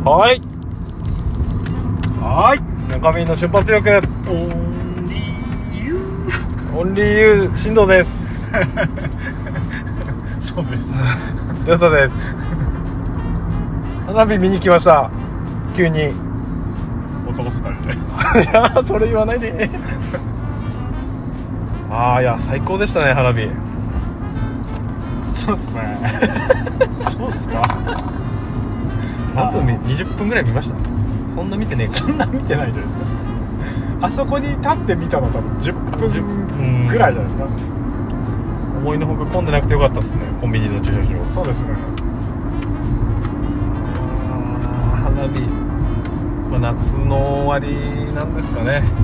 はいはい、中身の瞬発力オンリーユーオンリーユー進藤ですそうですりょうたです。花火見に来ました。急に男2人でいやそれ言わないでああ、いや最高でしたね、花火。 そうっすねそうっすか。 何分20分ぐらい見ました。そんな見てねえか。 そんな見てないじゃないですか。あそこに立って見たの多分10分ぐらいじゃないですか。 思いのほか混んでなくてよかったっすね、コンビニの駐車場。 そうですね。 花火、夏の終わりなんですかね。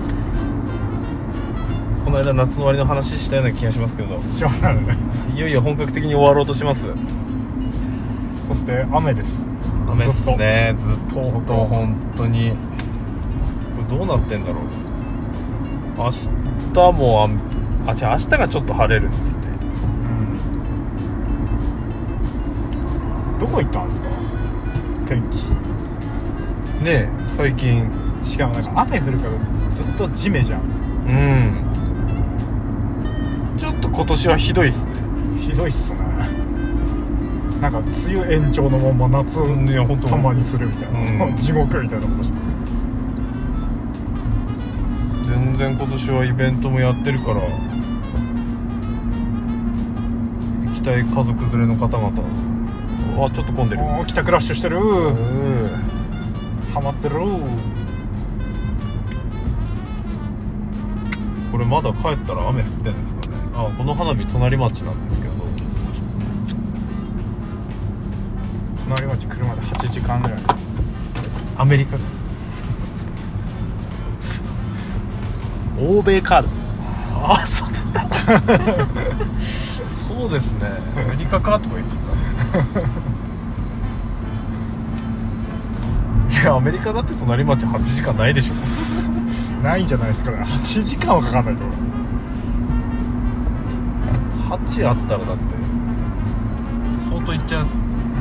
この間夏の終わりの話したような気がしますけど、 しょうがないね。 いよいよ本格的に終わろうとします。 そして雨です。 雨っすね、ずっと本当に。これどうなってんだろう。明日も明日がちょっと晴れるんですね。 どこ行ったんですか、天気ねえ、最近。 しかもなんか雨降るからずっとジメじゃん。 ちょっと今年はひどいっすね。 ひどいっすね。なんか梅雨延長のまま夏たまにするみたいな、地獄みたいなことしますけど。 全然今年はイベントもやってるから、行きたい家族連れの方々、ちょっと混んでる。 帰宅ラッシュしてる。ハマってる。 これまだ帰ったら雨降ってんですかね。この花火隣町なんですけど、 隣町車で8時間ぐらい。 アメリカ欧米カード。 そうだったそうですね、アメリカかとか言っちゃったいや、アメリカだって隣町8時間ないでしょないんじゃないですかね。8時間はかかんないと思う。 8あったらだって相当いっちゃいます。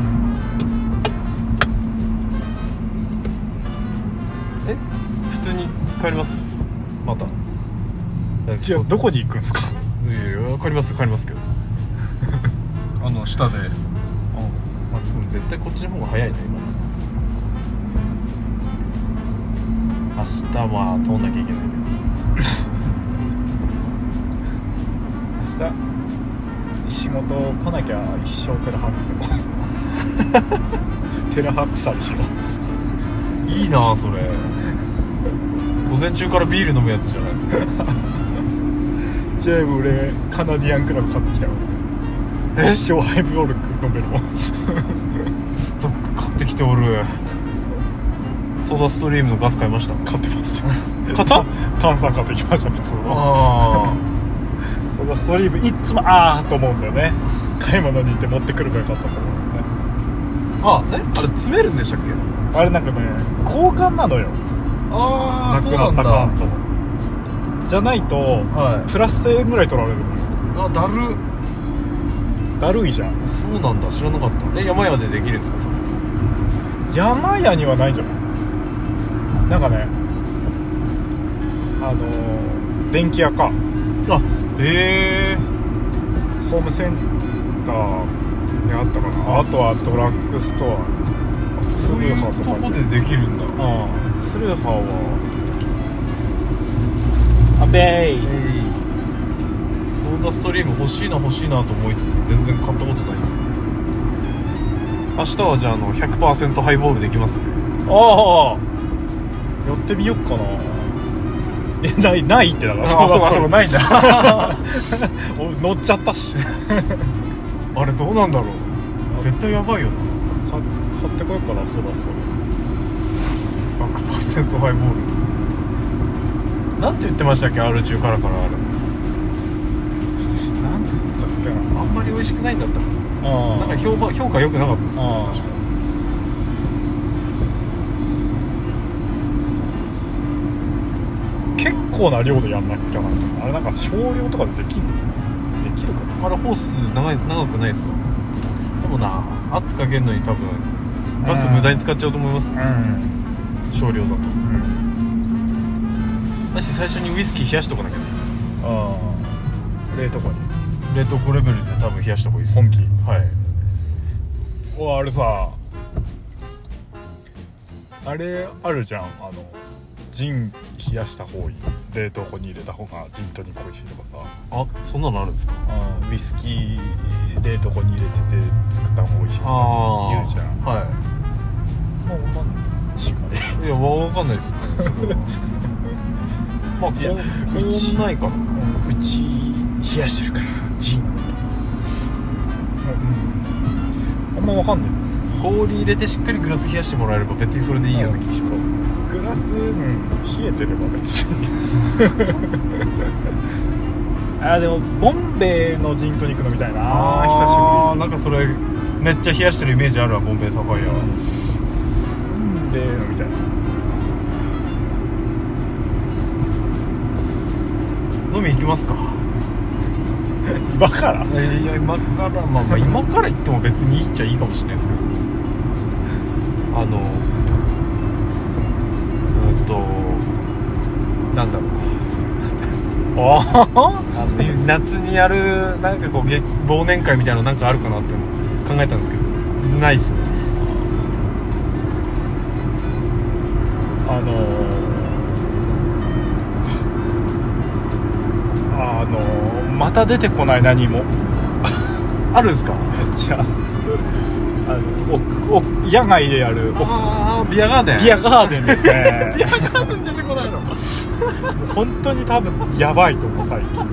普通に帰ります。また。 いや、どこに行くんですか。 いや帰りますけど下で。でも絶対こっちの方が早いね、今。明日は通んなきゃいけないけど明日仕事来なきゃ一生テラハクでもテラハクさりしよう。いいなそれ。午前中からビール飲むやつじゃないですかチェーブ俺カナディアンクラブ買ってきたよ。一生ハイボール飲めるもんストック買ってきておる。ソーダストリームのガス買いました。 買ってます買った？ 炭酸買ってきました、普通の。ソーダストリームいっつもと思うんだよね。買い物に行って持ってくればよかったと思うんだよね。 あれ詰めるんでしたっけ？ あれなんかね、交換なのよ。なくなったかんとじゃないと、プラス1000円ぐらい取られるのよ。だるいじゃん。 そうなんだ、知らなかった。山屋でできるんですか、それ。 山屋にはないんじゃない。なんかね、電気屋か。 ホームセンターにあったかな。あとはドラッグストア、スルーハーとか。 どこでできるんだ。 スルーハーはベイ。 ソーダストリーム欲しいなと思いつつ全然買ったことない。明日はじゃあ100% ハイボールできますね。 やってみよっかな。ないってだから。そうないんだ乗っちゃったしあれどうなんだろう。絶対やばいよな。 買ってこようかな。そうだ 100% ハイボールなんて言ってましたっけ、ある中からあれ。なんて言ってたっけな。あんまり美味しくないんだったかな。なんか評価良くなかったですね。 結構な量でやんなきゃな。あれなんか少量とかでできるかな。 あれホース長くないですか。でもな、圧かけるのに多分ガス無駄に使っちゃうと思います、少量だと、だし最初にウイスキー冷やしとかなきゃね。 冷凍庫に冷凍庫レベルで多分冷やした方がいいです。 本気。 はい。 あれさ、あれあるじゃん、ジン冷やした方がいい、冷凍庫に入れた方がジントニック美味しいとかさ。 あ、そんなのあるんですか。 ウイスキー冷凍庫に入れてて作った方が美味しいとか言うじゃん。 はい。 もうわかんない。 いや、わかんないですね。まあ、こんないから。 うち冷やしてるからジン。あんまわかんない。 氷入れてしっかりグラス冷やしてもらえれば別にそれでいいような気がします。 グラス、冷えてれば別にでもボンベイのジントニック飲みたいな。久しぶり。 なんかそれめっちゃ冷やしてるイメージあるわ。ボンベイサファイア。ボンベイ飲みたいな。 飲み行きますか。 今から？ いや、今から、まあ今から行っても別にいいっちゃいいかもしれないですけどなんだろう夏にやるなんかこう忘年会みたいなのなんかあるかなって考えたんですけど、ないっすね。 また出てこない。何もあるんですか。 じゃあ野外でやるビアガーデン。 ビアガーデンですねビアガーデン出てこないの本当に多分やばいと思う最近。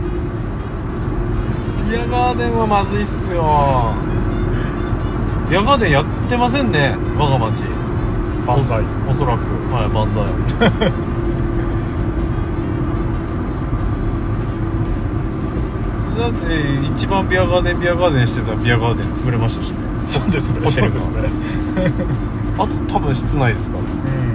ビアガーデンはまずいっすよ。ビアガーデンやってませんね、我が町。 万歳。 おそらく、はい、万歳だって一番ビアガーデンしてたビアガーデン潰れましたしね。 そうですね。 ホテルがあと多分室内ですから。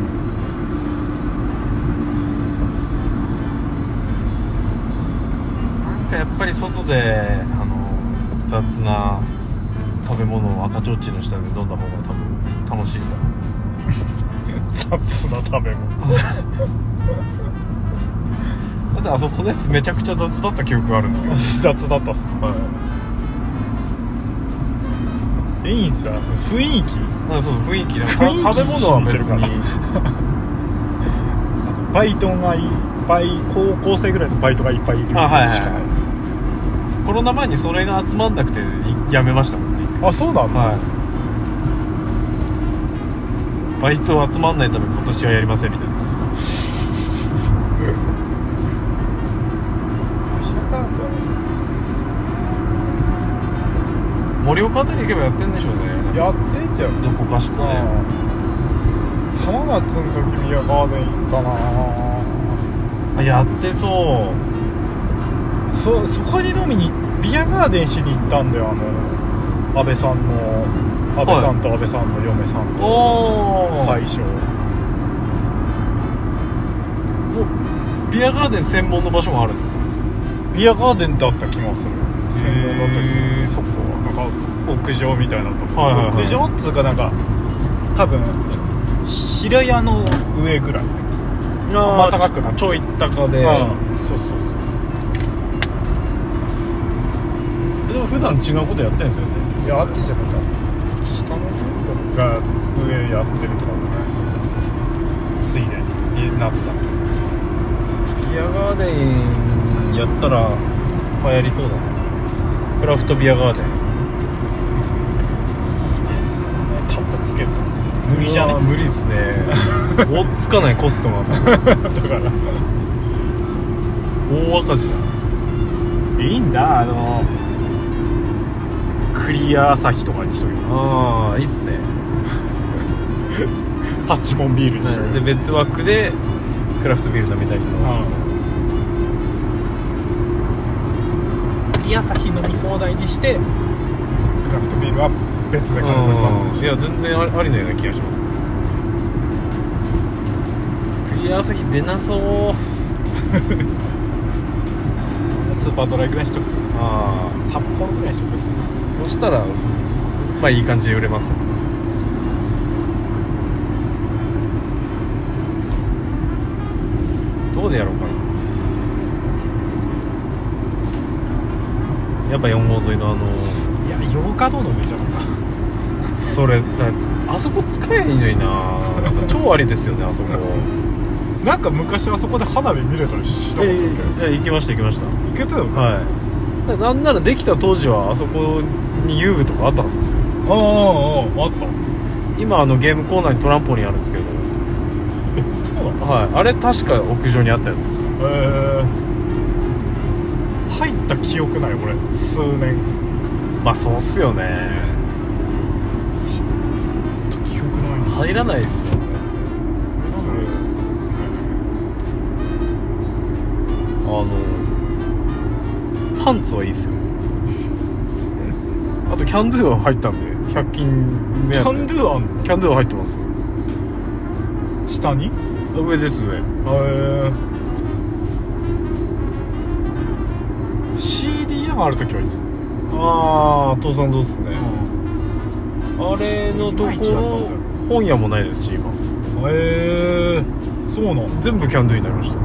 なんかやっぱり外で雑な食べ物を赤ちょうちんの下で飲んだ方が多分楽しいんだ雑な食べ物だってあそこのやつめちゃくちゃ雑だった記憶があるんですけど雑だったっす。いいんすよ、雰囲気。 そう、雰囲気。食べ物は別にバイトがいっぱい、高校生ぐらいのバイトがいっぱいいるしかない。 コロナ前にそれが集まんなくてやめましたもんね。 あ、そうなんだ。 バイト集まんないため今年はやりませんみたいな盛岡あたり行けばやってんでしょうね。 やってんじゃん、 どこかしこね。 浜松の時ビアガーデン行ったな。 やってそう。 そこに飲みにビアガーデンしに行ったんだよ。安倍さんと安倍さんの嫁さんと最初。 ビアガーデン専門の場所もあるんですか。 ビアガーデンだった気がする。専門だったり、そこはなんか屋上みたいなとこ、屋上っつうかなんか多分平屋の上ぐらい。まあ高くなっちょい高で。 そうでも普段違うことやってるんですよね。 やってんじゃないか。下の人が上やってるとかもね。ついでに夏だ。 ビアガーデンやったら流行りそうだな。クラフトビアガーデン。 いいですね。タップつけるの無理じゃね。 無理っすね追っつかないコストがだから大赤字だ。 いいんだ。クリア朝日とかにしとけば。 いいっすねパッチモンビールにしとけば、 で別枠でクラフトビール飲みたい人のクリア朝日飲み放題にしてクラフトビールは別で金取りますし。 いや全然ありのような気がします。クリア朝日出なそうスーパードライぐらいしとく。札幌ぐらいしとく。 そしたらまあいい感じで売れますよ。 こでやろうかな。やっぱ4号沿いのいや洋華堂の上じゃんそれあそこ使えばいいのにな。超ありですよねあそこ。 なんか昔あそこで花火見れたりしたことあって、 行きました行けたよね。 はい。 なんならできた当時はあそこに遊具とかあったはずですよ。 あった。 今ゲームコーナーにトランポリンあるんですけど、 そうなの？ はい、あれ確か屋上にあったやつです。 入った記憶ない俺数年。 まあそうっすよね。 記憶ないな。 入らないっすよね。 そうですね。 パンツはいいっすよ。あとキャンドゥは入ったんで100均キャンドゥあんの？ キャンドゥは入ってます。 下に？ 上です上。 CD 屋があるときはいいですね。 ああ父さんどうっすね、あれのところ本屋もないですし今。 そうなの？ 全部キャンドゥになりました。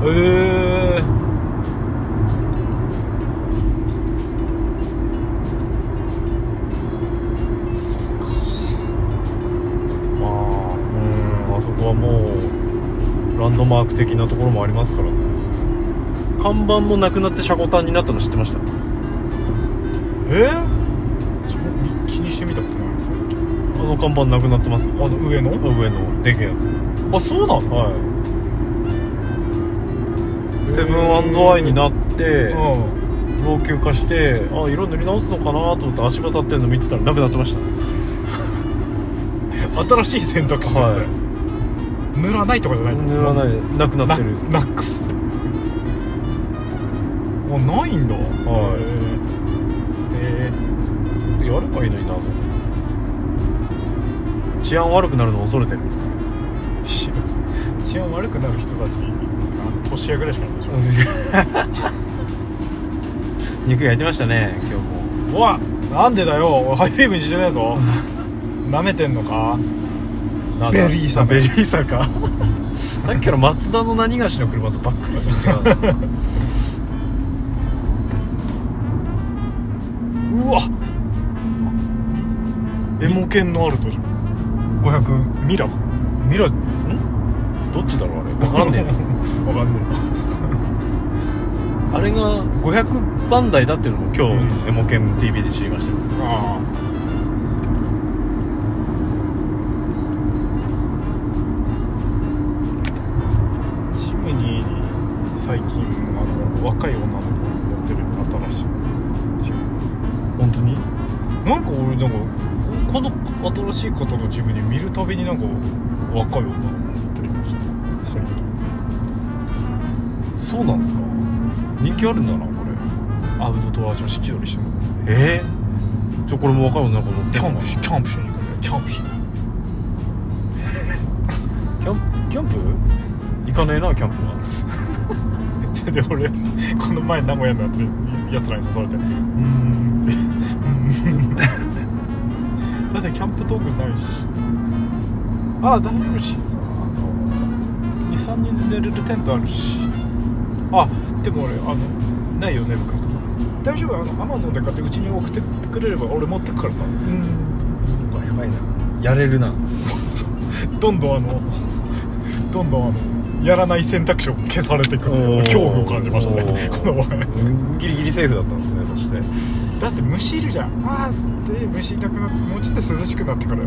あそこはもうランドマーク的なところもありますからね。看板もなくなってシャコタンになったの知ってました？ 気にしてみたことないです。 看板なくなってます。 上のでけえやつ。 あ、そうなの？ はい。セブン&アイになって老朽化して色塗り直すのかなと思って足場立ってるの見てたらなくなってました。 新しい選択肢ですね、はい、塗らないとかじゃないの？ 塗らない、なくなってる。 ナックスないんだ。 やればいいのにな。それ治安悪くなるの恐れてるんですか？ 治安悪くなる人たち年屋ぐらいしかないでしょ肉焼いてましたね今日も。 うわ、なんでだよ、ハイビームにしてねえぞなめてんのか？ベリーサかさっきから松田の何がしの車とばっかりすれ違ううわ、エモ犬のアルトじゃん。500ミラどっちだろうあれ。分かんねえな分かんねえ。あれが500番台だっていうのも今日、エモケン TV で知りましたよ。 ジムニーに最近若い女の子がやってる新しいジム。 本当に？ なんか俺この新しい方のジムに見るたびになんか若い女の子がやってるました最近。 そうなんですか？人気あるんだなこれ。 アウトドア女子気取りしてる。 これも若い女の子乗ってるの？ キャンプしに行くね。キャンプ行かねえなキャンプはで俺この前名古屋のやつらに誘われてだってキャンプ道具ないし、大丈夫しさ、2,3人寝れるテントあるし、でも俺ないよ寝袋とか大丈夫、アマゾンで買ってうちに送ってくれれば俺持ってくからさ。やばいな、やれるなどんどんやらない選択肢を消されてくる恐怖を感じましたねこの前。 ギリギリセーフだったんですね。そしてだって虫いるじゃん。で虫いなくなってもうちょっと涼しくなってから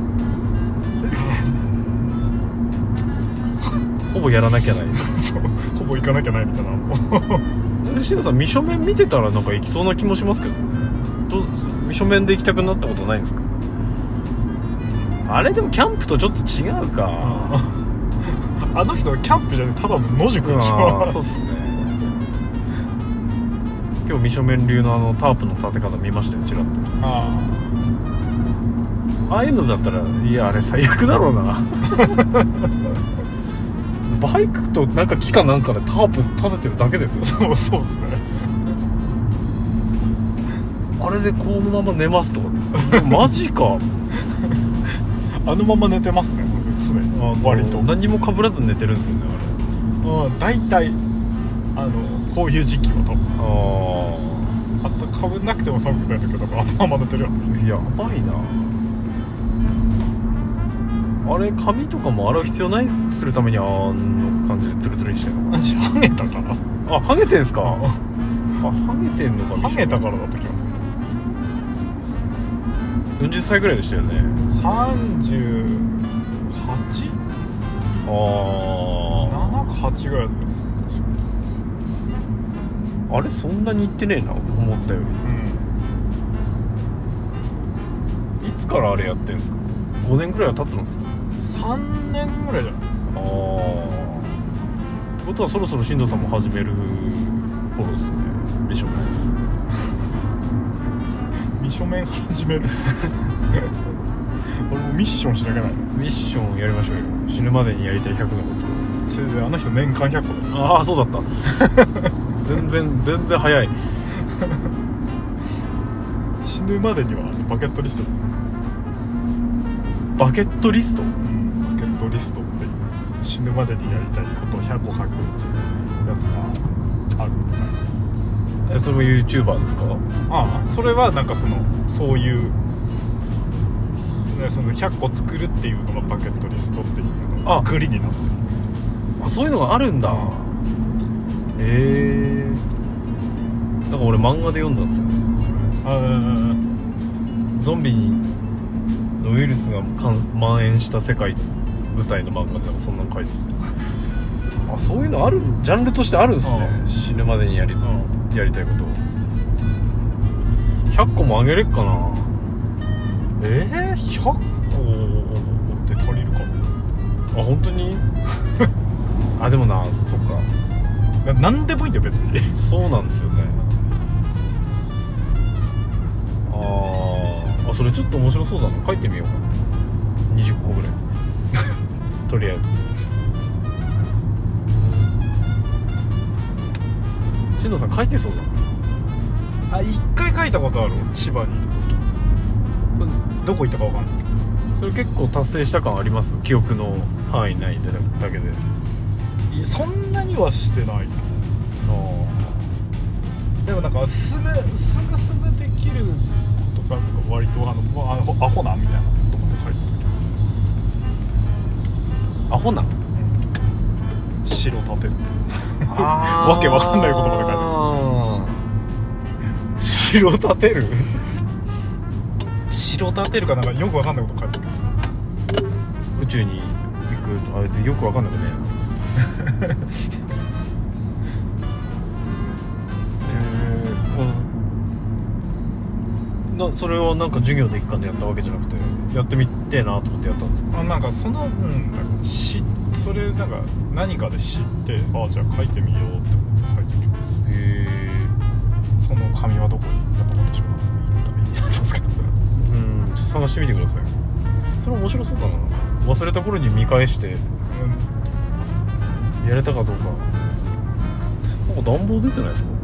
ほぼやらなきゃないそうほぼ行かなきゃないみたいな。 シノさん未書面見てたらなんか行きそうな気もしますけど、未書面で行きたくなったことないんですか？あれでもキャンプとちょっと違うか。 あの人キャンプじゃねえ、ただの野宿でしょ。 そうっすね。今日未書面流のタープの立て方見ましたよちらっと。ああいうのだったらいやあれ最悪だろうなバイクとなんか木かなんかでタープ立ててるだけですよ。 そうっすね。 あれでこのまま寝ますとかですマジかあのまま寝てますね常に。割と何も被らず寝てるんですよねあ大体こういう時期は多分あとかぶんなくても寒くないんだけどまだ出るよ。 やばいな。あれ髪とかも洗う必要ないするためにあの感じでツルツルにしてんのかな。 ハゲたからあ、ハゲてんすか。あ、ハゲてんのか。 ハゲたからだった気がする。 40歳ぐらいでしたよね。 38？ 7か8ぐらいだったんですよ。 あれそんなにいってねえな、思ったより。いつからあれやってんすか。5年ぐらいは経ってますか。 3年ぐらいじゃない。 ってことはそろそろ進藤さんも始める頃ですね。ミショメン始める俺もミッションしなきゃない。 ミッションやりましょうよ。死ぬまでにやりたい100のこと。 あの人年間100個だ。 ああ、そうだった全然早い死ぬまでにはバケットリスト。 バケットリスト、 バケットリストって死ぬまでにやりたいことを100個書くやつがある。 それも YouTuber ですか。 ああ、それはなんかそういうその100個作るっていうのがバケットリストっていうのがグリになってるんです。 あ、そういうのがあるんだ。なんか俺漫画で読んだんですよね、それ。ゾンビのウイルスが蔓延した世界舞台の漫画でなんかそんなの書いてた。あ、そういうのある、ジャンルとしてあるんですね。死ぬまでにやりたいこと100個もあげれっかな。 100個って足りるかな。 あ、本当にあ、でもな、そっか、 何でもいいんだよ別にそうなんですよね。あ、それちょっと面白そうだな。書いてみようかな、20個ぐらいとりあえず。進藤さん書いてそうだな。 1回書いたことある。千葉にいた時。それどこ行ったか分かんない。 それ結構達成した感あります。記憶の範囲内でだけで。 そんなにはしてない。でもなんかすぐできることが割とアホなみたいなことまで書いてた。アホな、 城建てるわけわかんないことまで書いてる。 城建てる城建てるかなんかよくわかんないこと書いてるんですよ。 宇宙に行くと。別によくわかんなくねえなそれをなんか授業の一環でやったわけじゃなくて、やってみてえなと思ってやったんですか。 なんかそれなんか何かで知って、じゃあ書いてみようって思って書いてみます。その紙はどこに行ったか私は言ったんですけど、ちょっと探してみてください。それ面白そうだな。忘れた頃に見返して、やれたかどうか。なんか暖房出てないですか。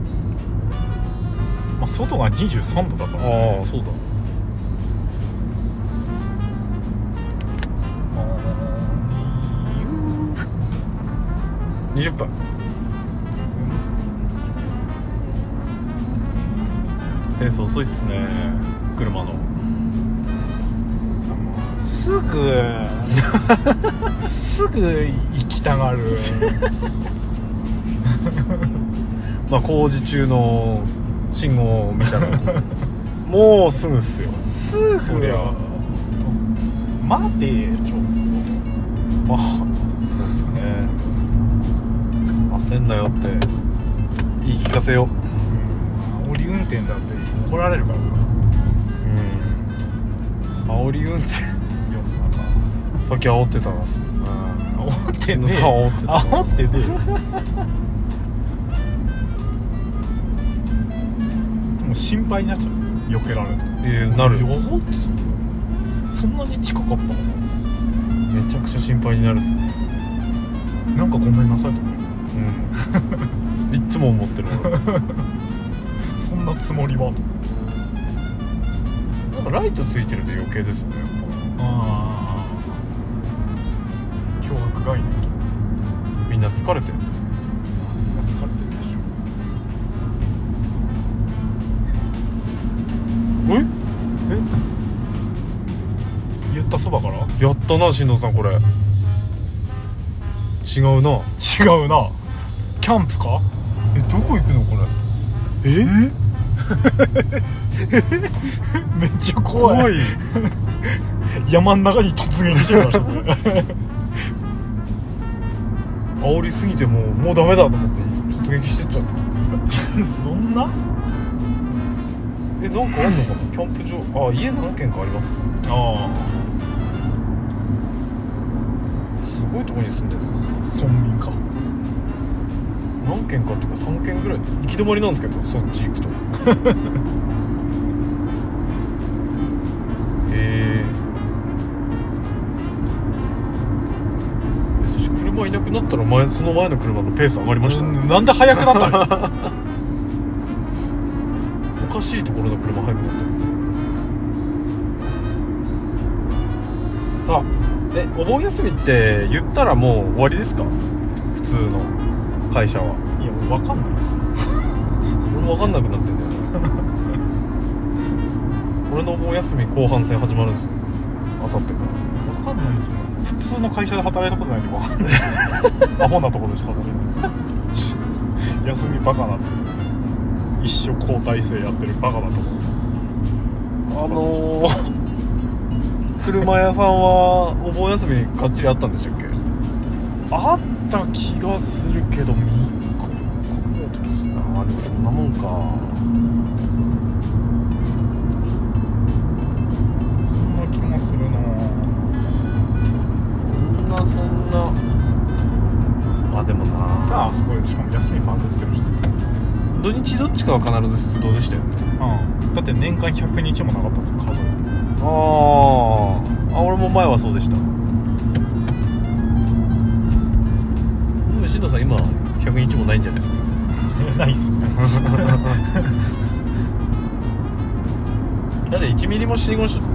外が23度だから、 ああ、そうだ。20分。ペース遅いっすね、車の。 すぐ行きたがるまあ工事中の信号を見たらもうすぐっすよ。そりゃ待てちょっと。 まあそうっすね。焦んなよって言い聞かせよ。 煽り運転だって怒られるからさ。 煽り運転さっき煽ってたんですもんね。 煽ってねえ。 煽ってねえ。 いつも心配になっちゃう。避けられて。 なる。 そんなに近かったのかな。 めちゃくちゃ心配になるっすね。 なんかごめんなさいとか。 いつも思ってるそんなつもりは。 なんかライトついてると余計ですよね。 驚愕概念。 みんなな疲れてるんですね。 みんな疲れてるでしょ。言ったそばからやったな、進藤さん。これ違うな。 違うな。キャンプか。 どこ行くのこれ。 めっちゃ怖い山ん中に突撃してましたね煽りすぎてもうダメだと思って突撃してっちゃったそんな。 なんかあんのかな、キャンプ場。家何軒かありますね。すごいとこに住んでる。 村民か。 何軒かっていうか3軒ぐらい行き止まりなんですけど、そっち行くとそして車いなくなったらその前の車のペース上がりましたね。 なんで速くなったんですかおかしいところの車速くなった。さあ、お盆休みって言ったらもう終わりですか、普通の会社は。 いや、分かんないですよ俺も分かんなくなってんだよね俺のお盆休み後半戦始まるんですよ、あさってから。 分かんないですよ。普通の会社で働いたことないんで分かんないですアホなところでしか働いてない休みバカな、一生交代制やってるバカなところ。 車屋さんはお盆休みかっちりあったんでしたっけ。 あった気がするけど、3日ぐらいの時ですね。 でもそんなもんか。 そんな気がするな。 そんなでもな。 すごい。しかも休みまくってるし、 土日どっちかは必ず出動でしたよね。 だって年間100日もなかったっす、数。 俺も前はそうでした。でも進藤さん今100日もないんじゃないですか。 ないっすねだって1ミリも仕事し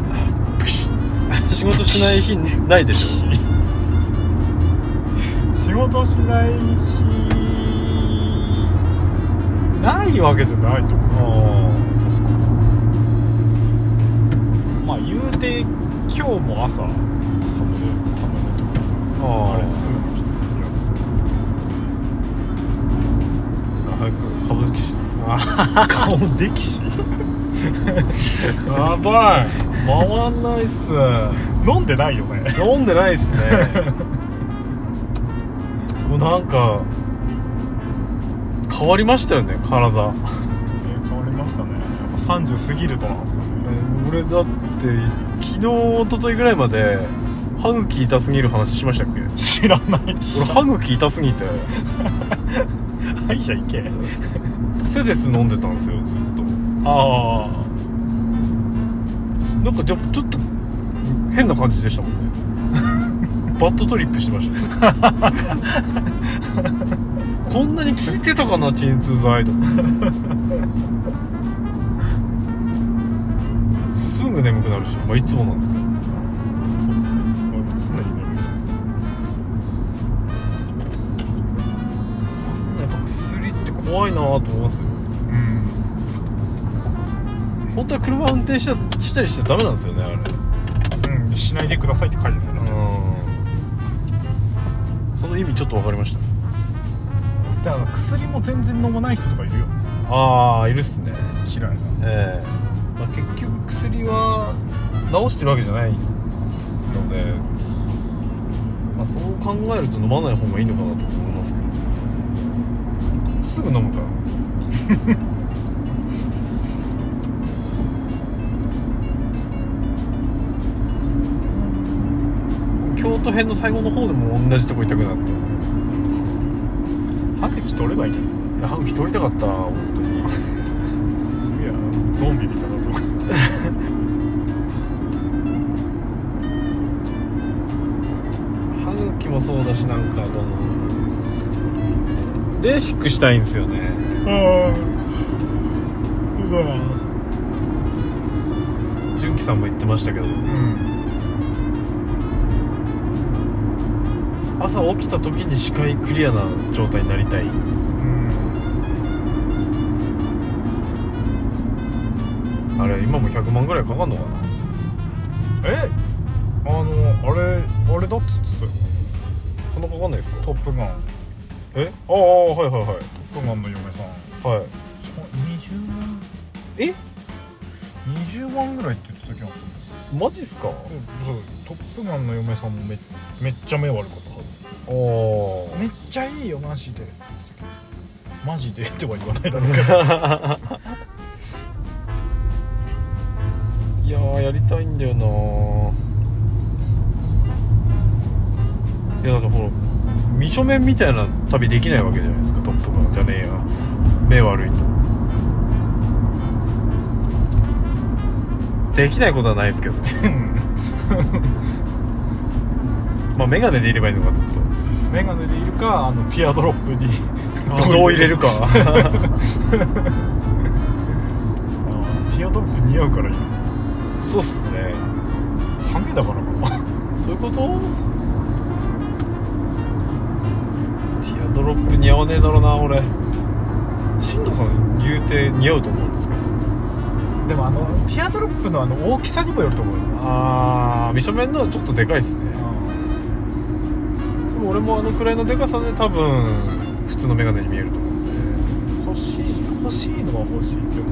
ない日ないでしょ仕事しない日ないわけじゃないと思う。 そうっすか。 まあ言うて今日も朝サムネとかあれ作るのしてた気がする。 早く株式し顔できしやばい、回んないっす。 飲んでないよね。 飲んでないっすねもうなんか変わりましたよね、体。 変わりましたね。やっぱ30過ぎるとなんですかね。 俺だって昨日一昨日ぐらいまで歯茎痛すぎる話しましたっけ。 知らないし。 俺歯茎痛すぎて歯医者行け。 セデス飲んでたんですよ、ずっと。なんかちょっと変な感じでしたもんねバッドトリップしてましたこんなに効いてたかな、鎮痛剤とかすぐ眠くなるし、いつもなんですけど。 そうっすね。俺も常に眠いっす。 やっぱ薬って怖いなと思いますよ。本当は車運転したりしちゃダメなんですよね、あれ。 しないでくださいって書いてある。 その意味ちょっと分かりました。 だから薬も全然飲まない人とかいるよ。 いるっすね。 嫌いな。 結局薬は治してるわけじゃないので、そう考えると飲まない方がいいのかなと思いますけど、すぐ飲むから京都編の最後の方でも同じとこ痛くなって、 歯茎取ればいいね。 いや、歯茎取りたかった本当に。 いや、ゾンビみたいなとこ歯茎もそうだし、なんかレーシックしたいんですよね。純喜さんも言ってましたけど、 朝起きた時に視界クリアな状態になりたいです。あれ今も100万ぐらいかかんのかな。 あれだっつってたよ。 そんなかかんないですか。 トップガン。 ああはいはいはい。 トップガンの嫁さん。 はい。 20万。20万ぐらいって言ってた気がする。 マジっすか。 そうトップガンの嫁さんもめっちゃ目悪かった。めっちゃいいよマジで。マジでとは言わないだろうけど。 いやーやりたいんだよな。いやだってほら未書面みたいな旅できないわけじゃないですか。トップガンじゃねえや、目悪いとできないことはないですけどまあメガネでいればいいのか。ずっとメガネでいるかティアドロップにどう入れるかティアドロップ似合うからいい。 そうっすね。 ハゲだからかな。 そういうこと。ティアドロップ似合わねえだろうな俺。新藤さん言うて似合うと思うんですけど。 でもティアドロップの大きさにもよると思うよ。 未書面のはちょっとでかいっすね。でも俺もくらいのでかさで多分普通のメガネに見えると思うんで。 欲しいのは欲しいけど、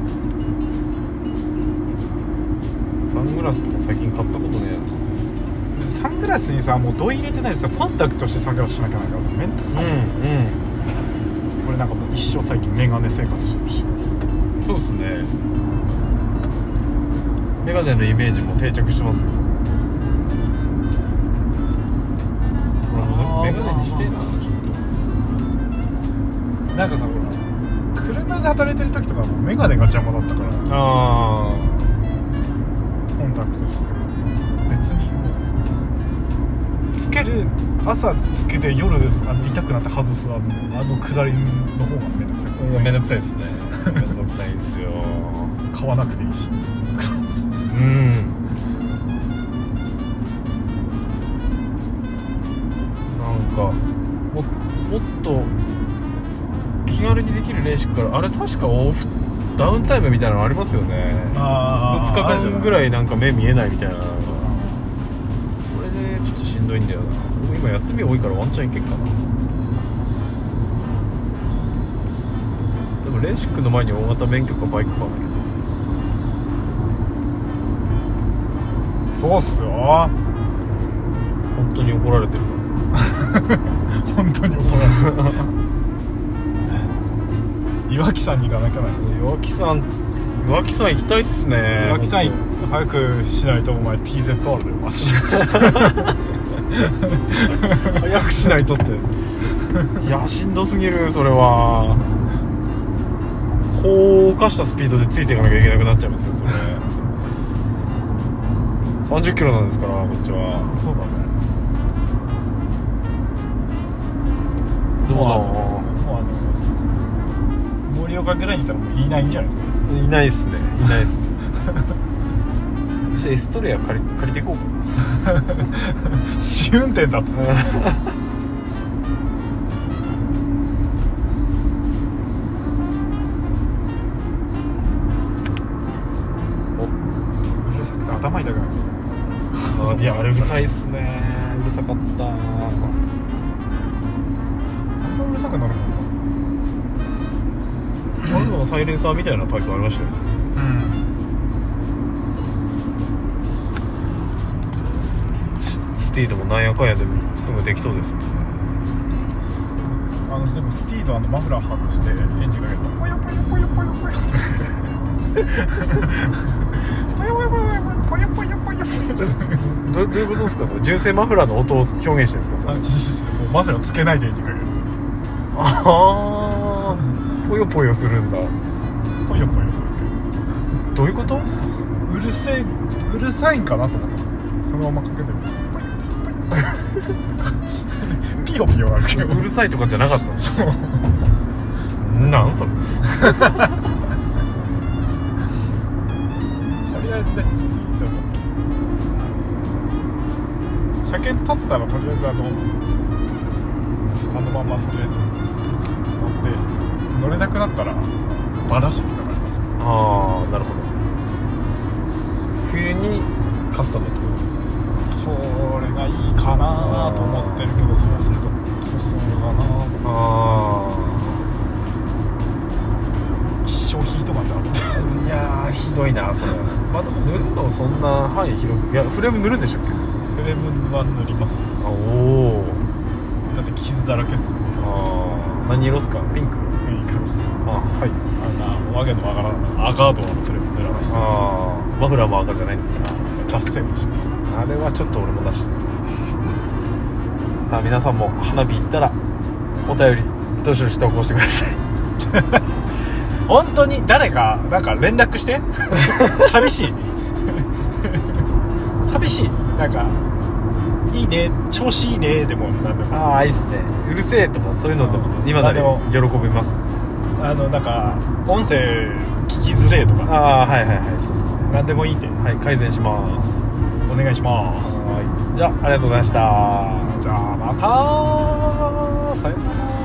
サングラスとか最近買ったことねえな。 サングラスにさもう度入れてないでさコンタクトしてサングラスしなきゃないからさめんどくさい。俺なんかもう一生最近メガネ生活してるし。 そうっすね。メガネのイメージも定着してますよ。メガネにしてえな。ちょっとなんかさほら車で働いてる時とかもメガネが邪魔だったから、コンタクトして別にもうつける朝つけて夜痛くなって外す下りの方がめんどくさい。 いやめんどくさいですね。めんどくさいですよ。 買わなくていいし。 なんかもっと気軽にできるレーシックからあれ確かダウンタイムみたいなのありますよね。2日間ぐらいなんか目見えないみたいな。それでちょっとしんどいんだよな。僕今休み多いからワンチャンいけっかな。でもレーシックの前に大型免許かバイク買わなきゃ。 そうっすよ。 本当に怒られてる。 本当に怒られてる。岩木山に行かなきゃない。 岩木山行きたいっすね。 岩木山早くしないとお前 TZR でマジで早くしないとって。いやしんどすぎる。それは法を犯したスピードでついていかなきゃいけなくなっちゃいますよそれ。30キロなんですからこっちは。 そうだね。 でも盛岡ぐらいにいたらもういないんじゃないですか。 いないっすね。いないっすそしてエストレア借りていこうかな。 試運転だっつって。頭痛くなっちゃう。 いやあれうるさいっすね。うるさかった。あんなうるさくなるもんな。 あれのサイレンサーみたいなパイプありましたよね。スティードもなんやかんやですぐできそうですよね。 でもスティードマフラー外してエンジンかけるとポヨポヨポヨポヨポヨってポヨポヨポヨポヨどういうことですか。それ純正マフラーの音を表現してるんですか。それもうマフラーつけないでエンジンかける。 ポヨポヨするんだ。 ポヨポヨする。 どういうこと。 うるさいんかなと思った。そのままかけてる。ピヨピヨあるけどうるさいとかじゃなかったんです。そうなんそれ。とりあえずね車検取ったらとりあえずあのままとりあえず乗って乗れなくなったらバラシみたいなのありますね。 ああなるほど。冬にカスタムってことですね。 それがいいかなと思ってるけど、そうすると塗装がなあ一生ヒートガンであるあいやーひどいなそれ。まあでも塗るのそんな範囲広く、いやフレーム塗るんでしたっけ。 フレームは塗ります。 あおお。 だって傷だらけっすよ。 ああ何色っすか。ピンク。 ピンクです。 あはい。 わけのわからない赤ドアのフレーム塗らないっす。 ああマフラーも赤じゃないんですね。 チャッセンもします。 あれはちょっと俺もなし。皆さんも花火行ったらお便りどしどし投稿してください本当に誰かなんか連絡して寂しい寂しい。なんかいいね調子いいねでもなんでも。 ああいいっすね。うるせえとかそういうのでも今なり喜びます。 なんか音声聞きづれえとか。 ああはいはいはいそうですね。 なんでもいいんで、 はい改善します。 お願いします。 はいじゃあありがとうございました。 じゃあまたさよなら。